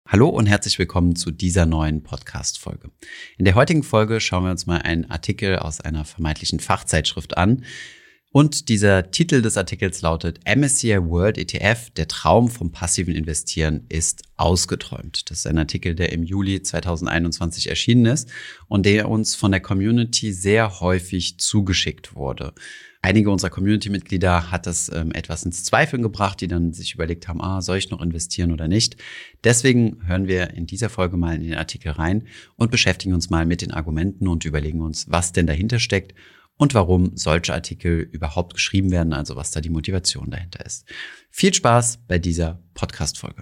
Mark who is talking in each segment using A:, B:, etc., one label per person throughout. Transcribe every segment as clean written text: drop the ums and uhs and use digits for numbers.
A: Hallo und herzlich willkommen zu dieser neuen Podcast-Folge. In der heutigen Folge schauen wir uns mal einen Artikel aus einer vermeintlichen Fachzeitschrift an. Und dieser Titel des Artikels lautet MSCI World ETF, der Traum vom passiven Investieren ist ausgeträumt. Das ist ein Artikel, der im Juli 2021 erschienen ist und der uns von der Community sehr häufig zugeschickt wurde. Einige unserer Community-Mitglieder hat das etwas ins Zweifeln gebracht, die dann sich überlegt haben, soll ich noch investieren oder nicht? Deswegen hören wir in dieser Folge mal in den Artikel rein und beschäftigen uns mal mit den Argumenten und überlegen uns, was denn dahinter steckt und warum solche Artikel überhaupt geschrieben werden, also was da die Motivation dahinter ist. Viel Spaß bei dieser Podcast-Folge.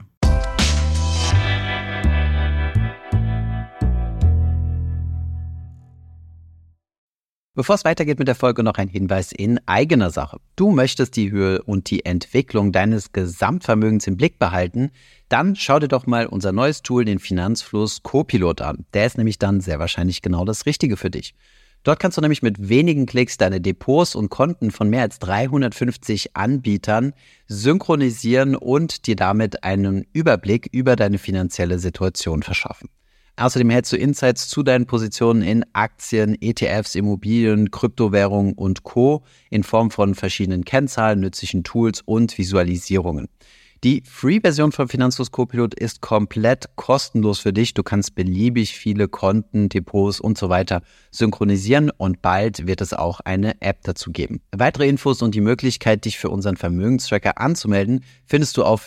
B: Bevor es weitergeht mit der Folge, noch ein Hinweis in eigener Sache. Du möchtest die Höhe und die Entwicklung deines Gesamtvermögens im Blick behalten, dann schau dir doch mal unser neues Tool, den Finanzfluss Copilot, an. Der ist nämlich dann sehr wahrscheinlich genau das Richtige für dich. Dort kannst du nämlich mit wenigen Klicks deine Depots und Konten von mehr als 350 Anbietern synchronisieren und dir damit einen Überblick über deine finanzielle Situation verschaffen. Außerdem hältst du Insights zu deinen Positionen in Aktien, ETFs, Immobilien, Kryptowährungen und Co. in Form von verschiedenen Kennzahlen, nützlichen Tools und Visualisierungen. Die Free-Version von Finanzfluss Copilot ist komplett kostenlos für dich. Du kannst beliebig viele Konten, Depots und so weiter synchronisieren und bald wird es auch eine App dazu geben. Weitere Infos und die Möglichkeit, dich für unseren Vermögenstracker anzumelden, findest du auf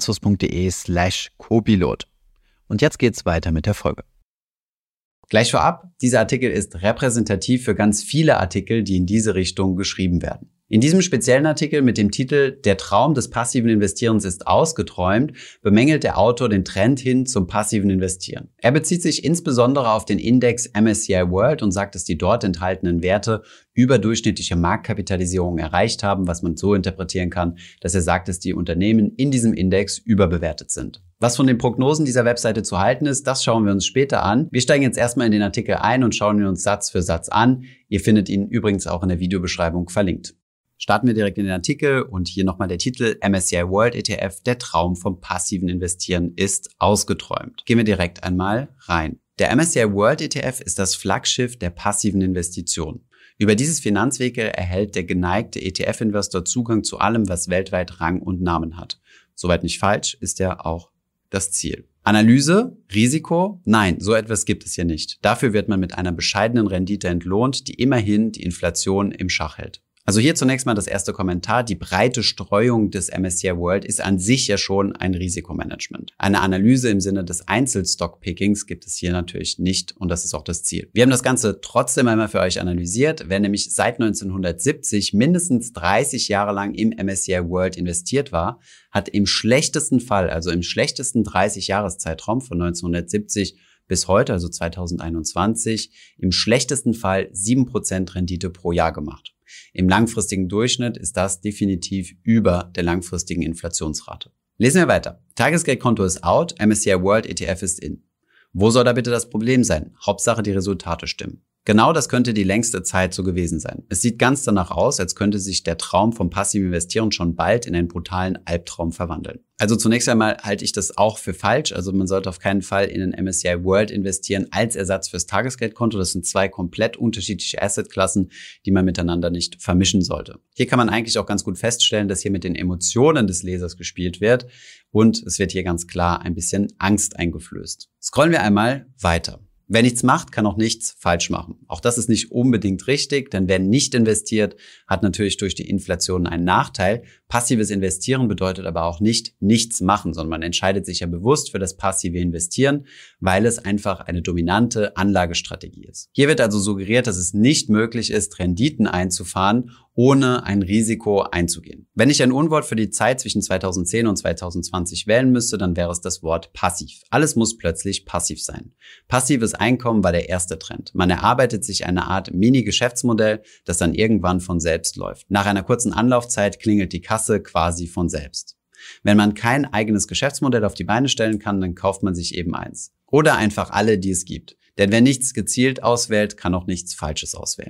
B: finanzfluss.de/Copilot. Und jetzt geht's weiter mit der Folge.
A: Gleich vorab, dieser Artikel ist repräsentativ für ganz viele Artikel, die in diese Richtung geschrieben werden. In diesem speziellen Artikel mit dem Titel Der Traum des passiven Investierens ist ausgeträumt, bemängelt der Autor den Trend hin zum passiven Investieren. Er bezieht sich insbesondere auf den Index MSCI World und sagt, dass die dort enthaltenen Werte überdurchschnittliche Marktkapitalisierung erreicht haben, was man so interpretieren kann, dass er sagt, dass die Unternehmen in diesem Index überbewertet sind. Was von den Prognosen dieser Webseite zu halten ist, das schauen wir uns später an. Wir steigen jetzt erstmal in den Artikel ein und schauen ihn uns Satz für Satz an. Ihr findet ihn übrigens auch in der Videobeschreibung verlinkt. Starten wir direkt in den Artikel und hier nochmal der Titel MSCI World ETF, der Traum vom passiven Investieren ist ausgeträumt. Gehen wir direkt einmal rein. Der MSCI World ETF ist das Flaggschiff der passiven Investition. Über dieses Finanzvehikel erhält der geneigte ETF-Investor Zugang zu allem, was weltweit Rang und Namen hat. Soweit nicht falsch, ist ja auch das Ziel. Analyse, Risiko? Nein, so etwas gibt es hier nicht. Dafür wird man mit einer bescheidenen Rendite entlohnt, die immerhin die Inflation im Schach hält. Also hier zunächst mal das erste Kommentar. Die breite Streuung des MSCI World ist an sich ja schon ein Risikomanagement. Eine Analyse im Sinne des Einzelstock-Pickings gibt es hier natürlich nicht und das ist auch das Ziel. Wir haben das Ganze trotzdem einmal für euch analysiert. Wer nämlich seit 1970 mindestens 30 Jahre lang im MSCI World investiert war, hat im schlechtesten Fall, also im schlechtesten 30-Jahres-Zeitraum von 1970 bis heute, also 2021, im schlechtesten Fall 7% Rendite pro Jahr gemacht. Im langfristigen Durchschnitt ist das definitiv über der langfristigen Inflationsrate. Lesen wir weiter. Tagesgeldkonto ist out, MSCI World ETF ist in. Wo soll da bitte das Problem sein? Hauptsache die Resultate stimmen. Genau das könnte die längste Zeit so gewesen sein. Es sieht ganz danach aus, als könnte sich der Traum vom passiven Investieren schon bald in einen brutalen Albtraum verwandeln. Also zunächst einmal halte ich das auch für falsch. Also man sollte auf keinen Fall in den MSCI World investieren als Ersatz fürs Tagesgeldkonto. Das sind zwei komplett unterschiedliche Assetklassen, die man miteinander nicht vermischen sollte. Hier kann man eigentlich auch ganz gut feststellen, dass hier mit den Emotionen des Lesers gespielt wird und es wird hier ganz klar ein bisschen Angst eingeflößt. Scrollen wir einmal weiter. Wer nichts macht, kann auch nichts falsch machen. Auch das ist nicht unbedingt richtig, denn wer nicht investiert, hat natürlich durch die Inflation einen Nachteil. Passives Investieren bedeutet aber auch nicht nichts machen, sondern man entscheidet sich ja bewusst für das passive Investieren, weil es einfach eine dominante Anlagestrategie ist. Hier wird also suggeriert, dass es nicht möglich ist, Renditen einzufahren, ohne ein Risiko einzugehen. Wenn ich ein Unwort für die Zeit zwischen 2010 und 2020 wählen müsste, dann wäre es das Wort passiv. Alles muss plötzlich passiv sein. Passives Einkommen war der erste Trend. Man erarbeitet sich eine Art Mini-Geschäftsmodell, das dann irgendwann von selbst läuft. Nach einer kurzen Anlaufzeit klingelt die Kasse quasi von selbst. Wenn man kein eigenes Geschäftsmodell auf die Beine stellen kann, dann kauft man sich eben eins. Oder einfach alle, die es gibt. Denn wer nichts gezielt auswählt, kann auch nichts Falsches auswählen.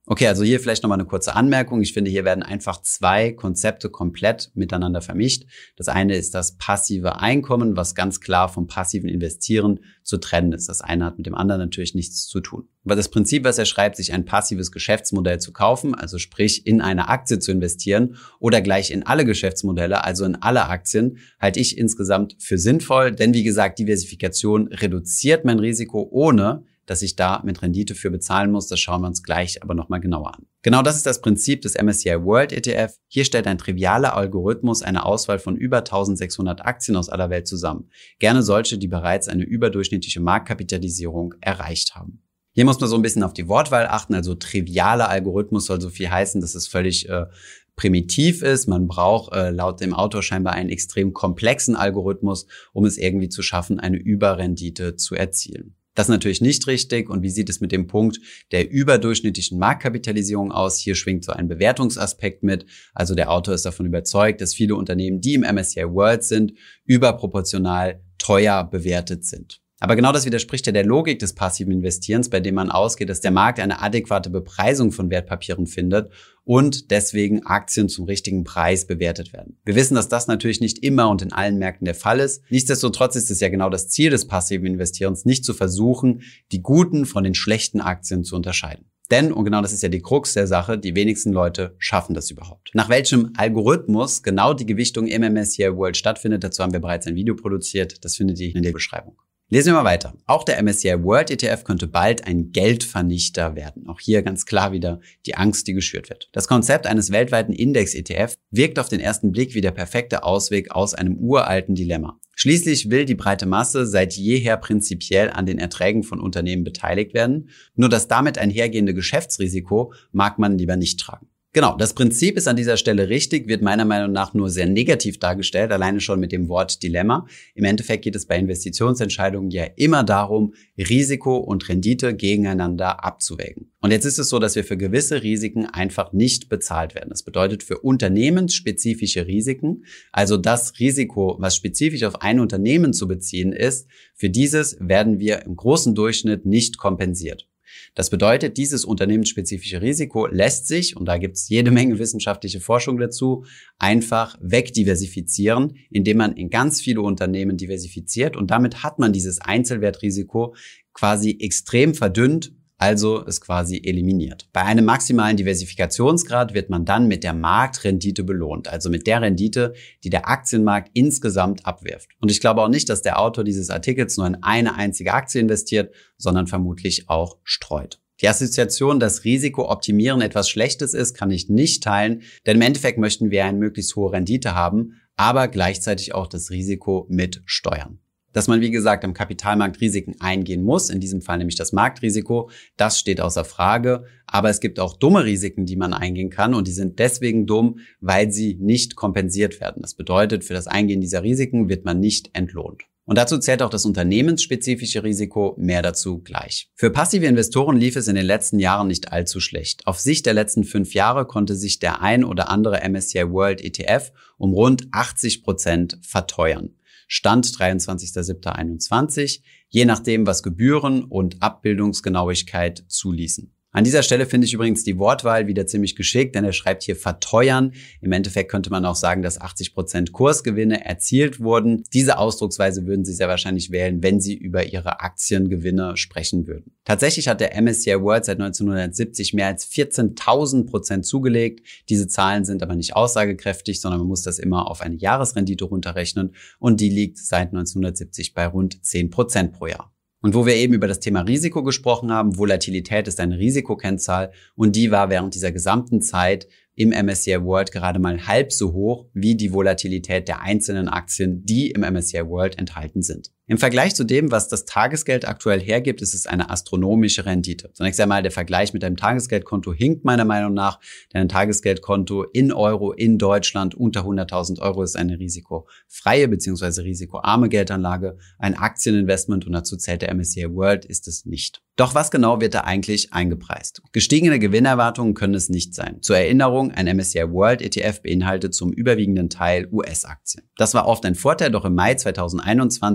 A: Okay, also hier vielleicht nochmal eine kurze Anmerkung. Ich finde, hier werden einfach zwei Konzepte komplett miteinander vermischt. Das eine ist das passive Einkommen, was ganz klar vom passiven Investieren zu trennen ist. Das eine hat mit dem anderen natürlich nichts zu tun. Aber das Prinzip, was er schreibt, sich ein passives Geschäftsmodell zu kaufen, also sprich in eine Aktie zu investieren oder gleich in alle Geschäftsmodelle, also in alle Aktien, halte ich insgesamt für sinnvoll. Denn wie gesagt, Diversifikation reduziert mein Risiko, ohne dass ich da mit Rendite für bezahlen muss. Das schauen wir uns gleich aber nochmal genauer an. Genau das ist das Prinzip des MSCI World ETF. Hier stellt ein trivialer Algorithmus eine Auswahl von über 1600 Aktien aus aller Welt zusammen. Gerne solche, die bereits eine überdurchschnittliche Marktkapitalisierung erreicht haben. Hier muss man so ein bisschen auf die Wortwahl achten. Also trivialer Algorithmus soll so viel heißen, dass es völlig primitiv ist. Man braucht laut dem Autor scheinbar einen extrem komplexen Algorithmus, um es irgendwie zu schaffen, eine Überrendite zu erzielen. Das ist natürlich nicht richtig. Und wie sieht es mit dem Punkt der überdurchschnittlichen Marktkapitalisierung aus? Hier schwingt so ein Bewertungsaspekt mit. Also der Autor ist davon überzeugt, dass viele Unternehmen, die im MSCI World sind, überproportional teuer bewertet sind. Aber genau das widerspricht ja der Logik des passiven Investierens, bei dem man ausgeht, dass der Markt eine adäquate Bepreisung von Wertpapieren findet und deswegen Aktien zum richtigen Preis bewertet werden. Wir wissen, dass das natürlich nicht immer und in allen Märkten der Fall ist. Nichtsdestotrotz ist es ja genau das Ziel des passiven Investierens, nicht zu versuchen, die guten von den schlechten Aktien zu unterscheiden. Denn, und genau das ist ja die Krux der Sache, die wenigsten Leute schaffen das überhaupt. Nach welchem Algorithmus genau die Gewichtung im MSCI World stattfindet, dazu haben wir bereits ein Video produziert. Das findet ihr in der Beschreibung. Lesen wir mal weiter. Auch der MSCI World ETF könnte bald ein Geldvernichter werden. Auch hier ganz klar wieder die Angst, die geschürt wird. Das Konzept eines weltweiten Index-ETF wirkt auf den ersten Blick wie der perfekte Ausweg aus einem uralten Dilemma. Schließlich will die breite Masse seit jeher prinzipiell an den Erträgen von Unternehmen beteiligt werden. Nur das damit einhergehende Geschäftsrisiko mag man lieber nicht tragen. Genau, das Prinzip ist an dieser Stelle richtig, wird meiner Meinung nach nur sehr negativ dargestellt, alleine schon mit dem Wort Dilemma. Im Endeffekt geht es bei Investitionsentscheidungen ja immer darum, Risiko und Rendite gegeneinander abzuwägen. Und jetzt ist es so, dass wir für gewisse Risiken einfach nicht bezahlt werden. Das bedeutet für unternehmensspezifische Risiken, also das Risiko, was spezifisch auf ein Unternehmen zu beziehen ist, für dieses werden wir im großen Durchschnitt nicht kompensiert. Das bedeutet, dieses unternehmensspezifische Risiko lässt sich, und da gibt es jede Menge wissenschaftliche Forschung dazu, einfach wegdiversifizieren, indem man in ganz viele Unternehmen diversifiziert und damit hat man dieses Einzelwertrisiko quasi extrem verdünnt, also es quasi eliminiert. Bei einem maximalen Diversifikationsgrad wird man dann mit der Marktrendite belohnt, also mit der Rendite, die der Aktienmarkt insgesamt abwirft. Und ich glaube auch nicht, dass der Autor dieses Artikels nur in eine einzige Aktie investiert, sondern vermutlich auch streut. Die Assoziation, dass Risikooptimieren etwas Schlechtes ist, kann ich nicht teilen, denn im Endeffekt möchten wir eine möglichst hohe Rendite haben, aber gleichzeitig auch das Risiko mit steuern. Dass man, wie gesagt, am Kapitalmarkt Risiken eingehen muss, in diesem Fall nämlich das Marktrisiko, das steht außer Frage. Aber es gibt auch dumme Risiken, die man eingehen kann und die sind deswegen dumm, weil sie nicht kompensiert werden. Das bedeutet, für das Eingehen dieser Risiken wird man nicht entlohnt. Und dazu zählt auch das unternehmensspezifische Risiko, mehr dazu gleich. Für passive Investoren lief es in den letzten Jahren nicht allzu schlecht. Auf Sicht der letzten 5 Jahre konnte sich der ein oder andere MSCI World ETF um rund 80% verteuern. Stand 23.07.21, je nachdem, was Gebühren und Abbildungsgenauigkeit zuließen. An dieser Stelle finde ich übrigens die Wortwahl wieder ziemlich geschickt, denn er schreibt hier verteuern. Im Endeffekt könnte man auch sagen, dass 80% Kursgewinne erzielt wurden. Diese Ausdrucksweise würden Sie sehr wahrscheinlich wählen, wenn Sie über Ihre Aktiengewinne sprechen würden. Tatsächlich hat der MSCI World seit 1970 mehr als 14.000% zugelegt. Diese Zahlen sind aber nicht aussagekräftig, sondern man muss das immer auf eine Jahresrendite runterrechnen und die liegt seit 1970 bei rund 10% pro Jahr. Und wo wir eben über das Thema Risiko gesprochen haben, Volatilität ist eine Risikokennzahl und die war während dieser gesamten Zeit im MSCI World gerade mal halb so hoch wie die Volatilität der einzelnen Aktien, die im MSCI World enthalten sind. Im Vergleich zu dem, was das Tagesgeld aktuell hergibt, ist es eine astronomische Rendite. Zunächst einmal der Vergleich mit einem Tagesgeldkonto hinkt meiner Meinung nach, denn ein Tagesgeldkonto in Euro in Deutschland unter 100.000 Euro ist eine risikofreie bzw. risikoarme Geldanlage. Ein Aktieninvestment, und dazu zählt der MSCI World, ist es nicht. Doch was genau wird da eigentlich eingepreist? Gestiegene Gewinnerwartungen können es nicht sein. Zur Erinnerung, ein MSCI World ETF beinhaltet zum überwiegenden Teil US-Aktien. Das war oft ein Vorteil, doch im Mai 2021 lief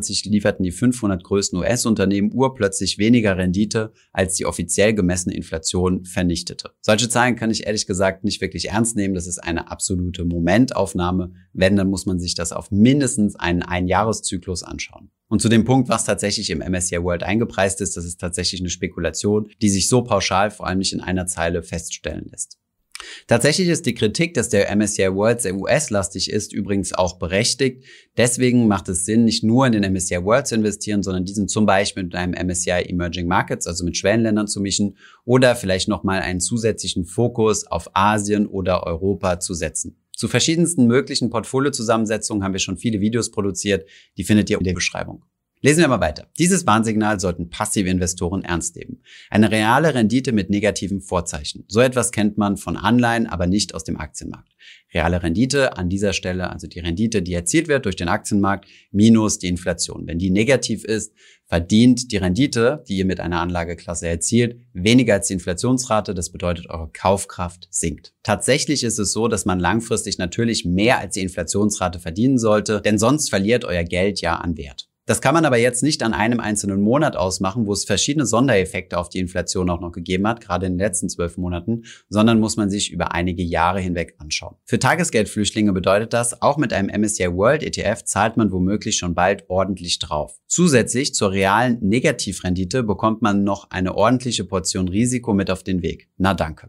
A: lieferten die 500 größten US-Unternehmen urplötzlich weniger Rendite, als die offiziell gemessene Inflation vernichtete. Solche Zahlen kann ich ehrlich gesagt nicht wirklich ernst nehmen. Das ist eine absolute Momentaufnahme. Wenn, dann muss man sich das auf mindestens einen Einjahreszyklus anschauen. Und zu dem Punkt, was tatsächlich im MSCI World eingepreist ist, das ist tatsächlich eine Spekulation, die sich so pauschal vor allem nicht in einer Zeile feststellen lässt. Tatsächlich ist die Kritik, dass der MSCI World sehr US-lastig ist, übrigens auch berechtigt. Deswegen macht es Sinn, nicht nur in den MSCI World zu investieren, sondern diesen zum Beispiel mit einem MSCI Emerging Markets, also mit Schwellenländern zu mischen oder vielleicht nochmal einen zusätzlichen Fokus auf Asien oder Europa zu setzen. Zu verschiedensten möglichen Portfoliozusammensetzungen haben wir schon viele Videos produziert, die findet ihr in der Beschreibung. Lesen wir mal weiter. Dieses Warnsignal sollten passive Investoren ernst nehmen. Eine reale Rendite mit negativen Vorzeichen. So etwas kennt man von Anleihen, aber nicht aus dem Aktienmarkt. Reale Rendite an dieser Stelle, also die Rendite, die erzielt wird durch den Aktienmarkt, minus die Inflation. Wenn die negativ ist, verdient die Rendite, die ihr mit einer Anlageklasse erzielt, weniger als die Inflationsrate. Das bedeutet, eure Kaufkraft sinkt. Tatsächlich ist es so, dass man langfristig natürlich mehr als die Inflationsrate verdienen sollte, denn sonst verliert euer Geld ja an Wert. Das kann man aber jetzt nicht an einem einzelnen Monat ausmachen, wo es verschiedene Sondereffekte auf die Inflation auch noch gegeben hat, gerade in den letzten 12 Monaten, sondern muss man sich über einige Jahre hinweg anschauen. Für Tagesgeldflüchtlinge bedeutet das, auch mit einem MSCI World ETF zahlt man womöglich schon bald ordentlich drauf. Zusätzlich zur realen Negativrendite bekommt man noch eine ordentliche Portion Risiko mit auf den Weg. Na danke.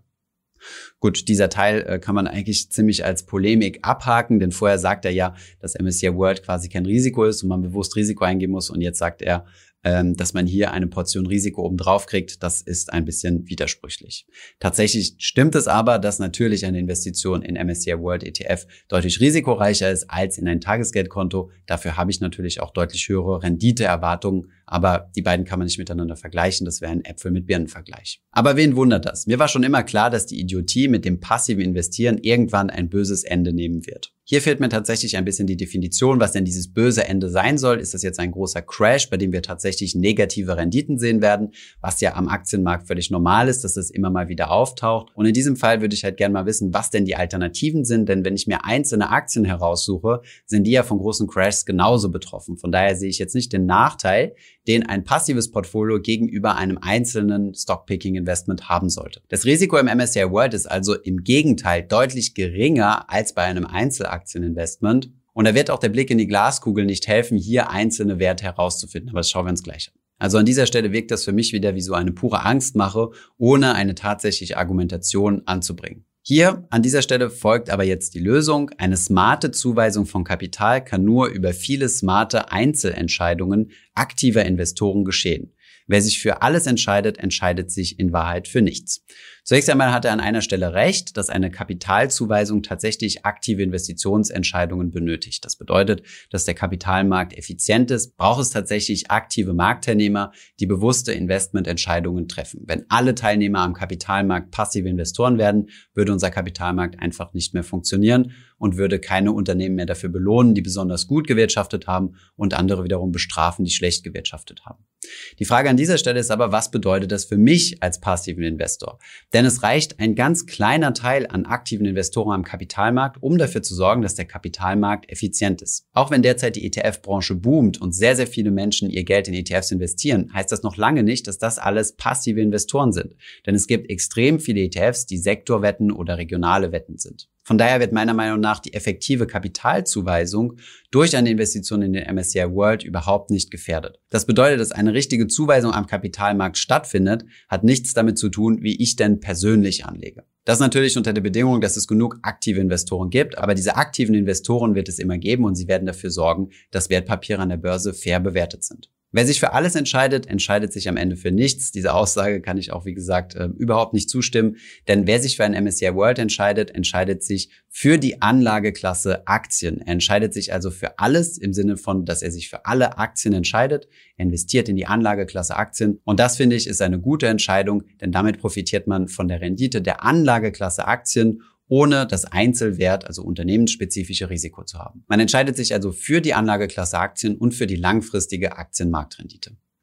A: Gut, dieser Teil kann man eigentlich ziemlich als Polemik abhaken, denn vorher sagt er ja, dass MSCI World quasi kein Risiko ist und man bewusst Risiko eingehen muss und jetzt sagt er, dass man hier eine Portion Risiko obendrauf kriegt. Das ist ein bisschen widersprüchlich. Tatsächlich stimmt es aber, dass natürlich eine Investition in MSCI World ETF deutlich risikoreicher ist als in ein Tagesgeldkonto. Dafür habe ich natürlich auch deutlich höhere Renditeerwartungen, aber die beiden kann man nicht miteinander vergleichen. Das wäre ein Äpfel mit Birnen-Vergleich. Aber wen wundert das? Mir war schon immer klar, dass die Idiotie mit dem passiven Investieren irgendwann ein böses Ende nehmen wird. Hier fehlt mir tatsächlich ein bisschen die Definition, was denn dieses böse Ende sein soll. Ist das jetzt ein großer Crash, bei dem wir tatsächlich negative Renditen sehen werden, was ja am Aktienmarkt völlig normal ist, dass es immer mal wieder auftaucht. Und in diesem Fall würde ich halt gerne mal wissen, was denn die Alternativen sind, denn wenn ich mir einzelne Aktien heraussuche, sind die ja von großen Crashs genauso betroffen. Von daher sehe ich jetzt nicht den Nachteil, den ein passives Portfolio gegenüber einem einzelnen Stockpicking-Investment haben sollte. Das Risiko im MSCI World ist also im Gegenteil deutlich geringer als bei einem Einzelaktieninvestment. Und da wird auch der Blick in die Glaskugel nicht helfen, hier einzelne Werte herauszufinden. Aber das schauen wir uns gleich an. Also an dieser Stelle wirkt das für mich wieder wie so eine pure Angstmache, ohne eine tatsächliche Argumentation anzubringen. Hier an dieser Stelle folgt aber jetzt die Lösung. Eine smarte Zuweisung von Kapital kann nur über viele smarte Einzelentscheidungen aktiver Investoren geschehen. Wer sich für alles entscheidet, entscheidet sich in Wahrheit für nichts. Zunächst einmal hat er an einer Stelle recht, dass eine Kapitalzuweisung tatsächlich aktive Investitionsentscheidungen benötigt. Das bedeutet, dass der Kapitalmarkt effizient ist, braucht es tatsächlich aktive Marktteilnehmer, die bewusste Investmententscheidungen treffen. Wenn alle Teilnehmer am Kapitalmarkt passive Investoren werden, würde unser Kapitalmarkt einfach nicht mehr funktionieren und würde keine Unternehmen mehr dafür belohnen, die besonders gut gewirtschaftet haben und andere wiederum bestrafen, die schlecht gewirtschaftet haben. Die Frage an dieser Stelle ist aber, was bedeutet das für mich als passiven Investor? Denn es reicht ein ganz kleiner Teil an aktiven Investoren am Kapitalmarkt, um dafür zu sorgen, dass der Kapitalmarkt effizient ist. Auch wenn derzeit die ETF-Branche boomt und sehr, sehr viele Menschen ihr Geld in ETFs investieren, heißt das noch lange nicht, dass das alles passive Investoren sind. Denn es gibt extrem viele ETFs, die Sektorwetten oder regionale Wetten sind. Von daher wird meiner Meinung nach die effektive Kapitalzuweisung durch eine Investition in den MSCI World überhaupt nicht gefährdet. Das bedeutet, dass eine richtige Zuweisung am Kapitalmarkt stattfindet, hat nichts damit zu tun, wie ich denn persönlich anlege. Das natürlich unter der Bedingung, dass es genug aktive Investoren gibt, aber diese aktiven Investoren wird es immer geben und sie werden dafür sorgen, dass Wertpapiere an der Börse fair bewertet sind. Wer sich für alles entscheidet, entscheidet sich am Ende für nichts. Diese Aussage kann ich auch, wie gesagt, überhaupt nicht zustimmen. Denn wer sich für ein MSCI World entscheidet, entscheidet sich für die Anlageklasse Aktien. Er entscheidet sich also für alles im Sinne von, dass er sich für alle Aktien entscheidet. Er investiert in die Anlageklasse Aktien. Und das, finde ich, ist eine gute Entscheidung, denn damit profitiert man von der Rendite der Anlageklasse Aktien, ohne das Einzelwert, also unternehmensspezifische Risiko zu haben. Man entscheidet sich also für die Anlageklasse Aktien und für die langfristige Aktienmarktrendite.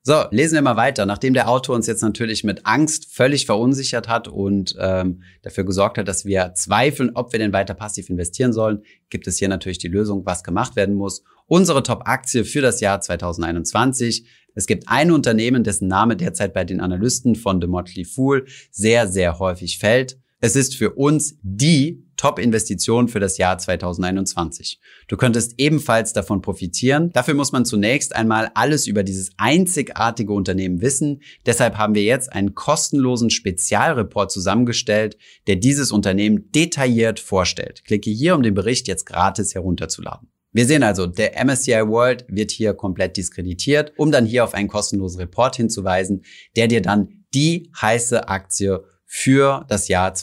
A: So, lesen wir mal weiter. Nachdem der Autor uns jetzt natürlich mit Angst völlig verunsichert hat und dafür gesorgt hat, dass wir zweifeln, ob wir denn weiter passiv investieren sollen, gibt es hier natürlich die Lösung, was gemacht werden muss. Unsere Top-Aktie für das Jahr 2021. Es gibt ein Unternehmen, dessen Name derzeit bei den Analysten von The Motley Fool sehr, sehr häufig fällt. Es ist für uns die Top-Investition für das Jahr 2021. Du könntest ebenfalls davon profitieren. Dafür muss man zunächst einmal alles über dieses einzigartige Unternehmen wissen. Deshalb haben wir jetzt einen kostenlosen Spezialreport zusammengestellt, der dieses Unternehmen detailliert vorstellt. Klicke hier, um den Bericht jetzt gratis herunterzuladen. Wir sehen also, der MSCI World wird hier komplett diskreditiert, um dann hier auf einen kostenlosen Report hinzuweisen, der dir dann die heiße Aktie für das Jahr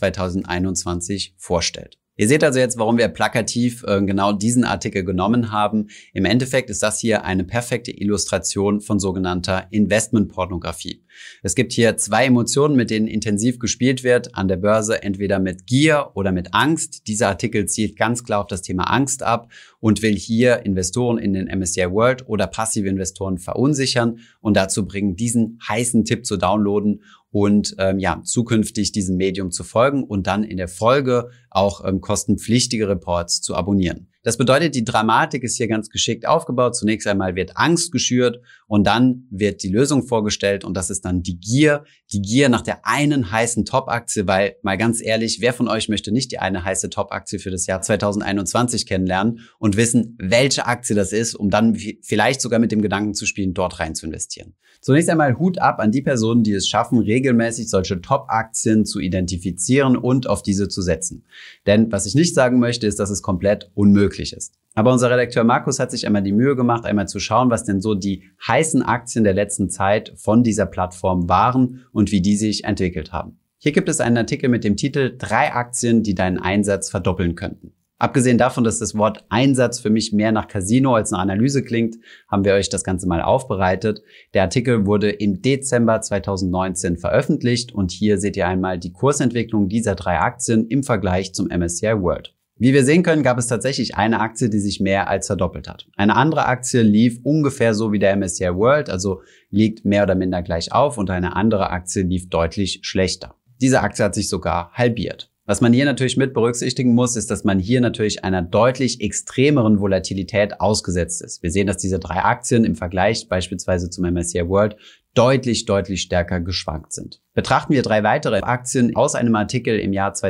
A: 2021 vorstellt. Ihr seht also jetzt, warum wir plakativ genau diesen Artikel genommen haben. Im Endeffekt ist das hier eine perfekte Illustration von sogenannter Investmentpornografie. Es gibt hier zwei Emotionen, mit denen intensiv gespielt wird an der Börse, entweder mit Gier oder mit Angst. Dieser Artikel zielt ganz klar auf das Thema Angst ab und will hier Investoren in den MSCI World oder passive Investoren verunsichern und dazu bringen, diesen heißen Tipp zu downloaden und zukünftig diesem Medium zu folgen und dann in der Folge auch kostenpflichtige Reports zu abonnieren. Das bedeutet, die Dramatik ist hier ganz geschickt aufgebaut. Zunächst einmal wird Angst geschürt und dann wird die Lösung vorgestellt und das ist dann die Gier nach der einen heißen Top-Aktie, weil mal ganz ehrlich, wer von euch möchte nicht die eine heiße Top-Aktie für das Jahr 2021 kennenlernen und wissen, welche Aktie das ist, um dann vielleicht sogar mit dem Gedanken zu spielen, dort rein zu investieren. Zunächst einmal Hut ab an die Personen, die es schaffen, regelmäßig solche Top-Aktien zu identifizieren und auf diese zu setzen. Denn was ich nicht sagen möchte, ist, dass es komplett unmöglich ist. Aber unser Redakteur Markus hat sich einmal die Mühe gemacht, einmal zu schauen, was denn so die heißen Aktien der letzten Zeit von dieser Plattform waren und wie die sich entwickelt haben. Hier gibt es einen Artikel mit dem Titel 3 Aktien, die deinen Einsatz verdoppeln könnten. Abgesehen davon, dass das Wort Einsatz für mich mehr nach Casino als eine Analyse klingt, haben wir euch das Ganze mal aufbereitet. Der Artikel wurde im Dezember 2019 veröffentlicht und hier seht ihr einmal die Kursentwicklung dieser 3 Aktien im Vergleich zum MSCI World. Wie wir sehen können, gab es tatsächlich eine Aktie, die sich mehr als verdoppelt hat. Eine andere Aktie lief ungefähr so wie der MSCI World, also liegt mehr oder minder gleich auf und eine andere Aktie lief deutlich schlechter. Diese Aktie hat sich sogar halbiert. Was man hier natürlich mit berücksichtigen muss, ist, dass man hier natürlich einer deutlich extremeren Volatilität ausgesetzt ist. Wir sehen, dass diese 3 Aktien im Vergleich beispielsweise zum MSCI World deutlich stärker geschwankt sind. Betrachten wir 3 weitere Aktien aus einem Artikel im Jahr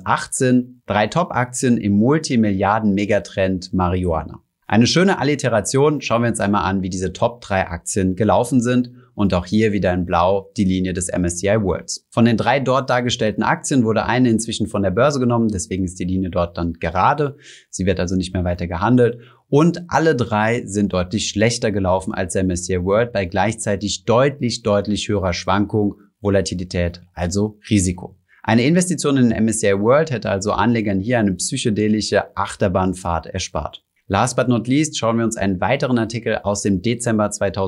A: 2018, 3 Top-Aktien im Multimilliarden-Megatrend Marihuana. Eine schöne Alliteration, schauen wir uns einmal an, wie diese Top 3 Aktien gelaufen sind. Und auch hier wieder in Blau die Linie des MSCI Worlds. Von den 3 dort dargestellten Aktien wurde eine inzwischen von der Börse genommen, deswegen ist die Linie dort dann gerade. Sie wird also nicht mehr weiter gehandelt. Und alle 3 sind deutlich schlechter gelaufen als der MSCI World bei gleichzeitig deutlich höherer Schwankung, Volatilität, also Risiko. Eine Investition in den MSCI World hätte also Anlegern hier eine psychedelische Achterbahnfahrt erspart. Last but not least schauen wir uns einen weiteren Artikel aus dem Dezember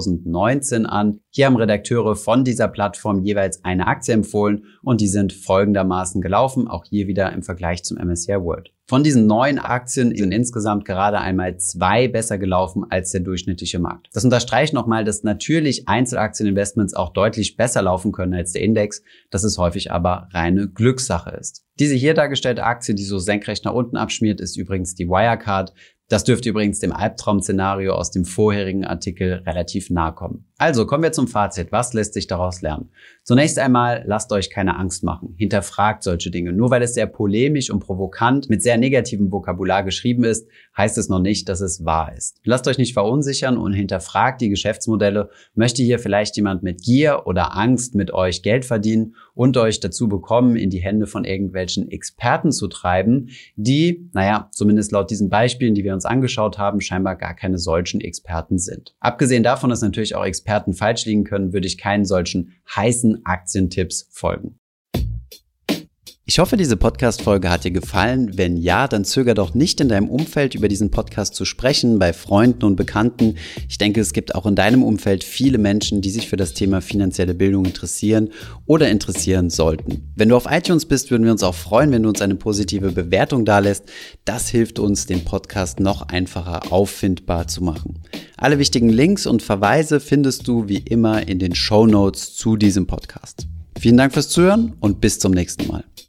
A: 2019 an. Hier haben Redakteure von dieser Plattform jeweils eine Aktie empfohlen und die sind folgendermaßen gelaufen, auch hier wieder im Vergleich zum MSCI World. Von diesen 9 Aktien sind insgesamt gerade einmal 2 besser gelaufen als der durchschnittliche Markt. Das unterstreicht nochmal, dass natürlich Einzelaktieninvestments auch deutlich besser laufen können als der Index, dass es häufig aber reine Glückssache ist. Diese hier dargestellte Aktie, die so senkrecht nach unten abschmiert, ist übrigens die Wirecard. Das dürfte übrigens dem Albtraum-Szenario aus dem vorherigen Artikel relativ nahe kommen. Also kommen wir zum Fazit. Was lässt sich daraus lernen? Zunächst einmal, lasst euch keine Angst machen. Hinterfragt solche Dinge. Nur weil es sehr polemisch und provokant mit sehr negativem Vokabular geschrieben ist, heißt es noch nicht, dass es wahr ist. Lasst euch nicht verunsichern und hinterfragt die Geschäftsmodelle. Möchte hier vielleicht jemand mit Gier oder Angst mit euch Geld verdienen und euch dazu bekommen, in die Hände von irgendwelchen Experten zu treiben, die, zumindest laut diesen Beispielen, die wir uns angeschaut haben, scheinbar gar keine solchen Experten sind. Abgesehen davon, dass natürlich auch Experten falsch liegen können, würde ich keinen solchen heißen Aktientipps folgen. Ich hoffe, diese Podcast-Folge hat dir gefallen. Wenn ja, dann zöger doch nicht, in deinem Umfeld über diesen Podcast zu sprechen, bei Freunden und Bekannten. Ich denke, es gibt auch in deinem Umfeld viele Menschen, die sich für das Thema finanzielle Bildung interessieren oder interessieren sollten. Wenn du auf iTunes bist, würden wir uns auch freuen, wenn du uns eine positive Bewertung dalässt. Das hilft uns, den Podcast noch einfacher auffindbar zu machen. Alle wichtigen Links und Verweise findest du wie immer in den Shownotes zu diesem Podcast. Vielen Dank fürs Zuhören und bis zum nächsten Mal.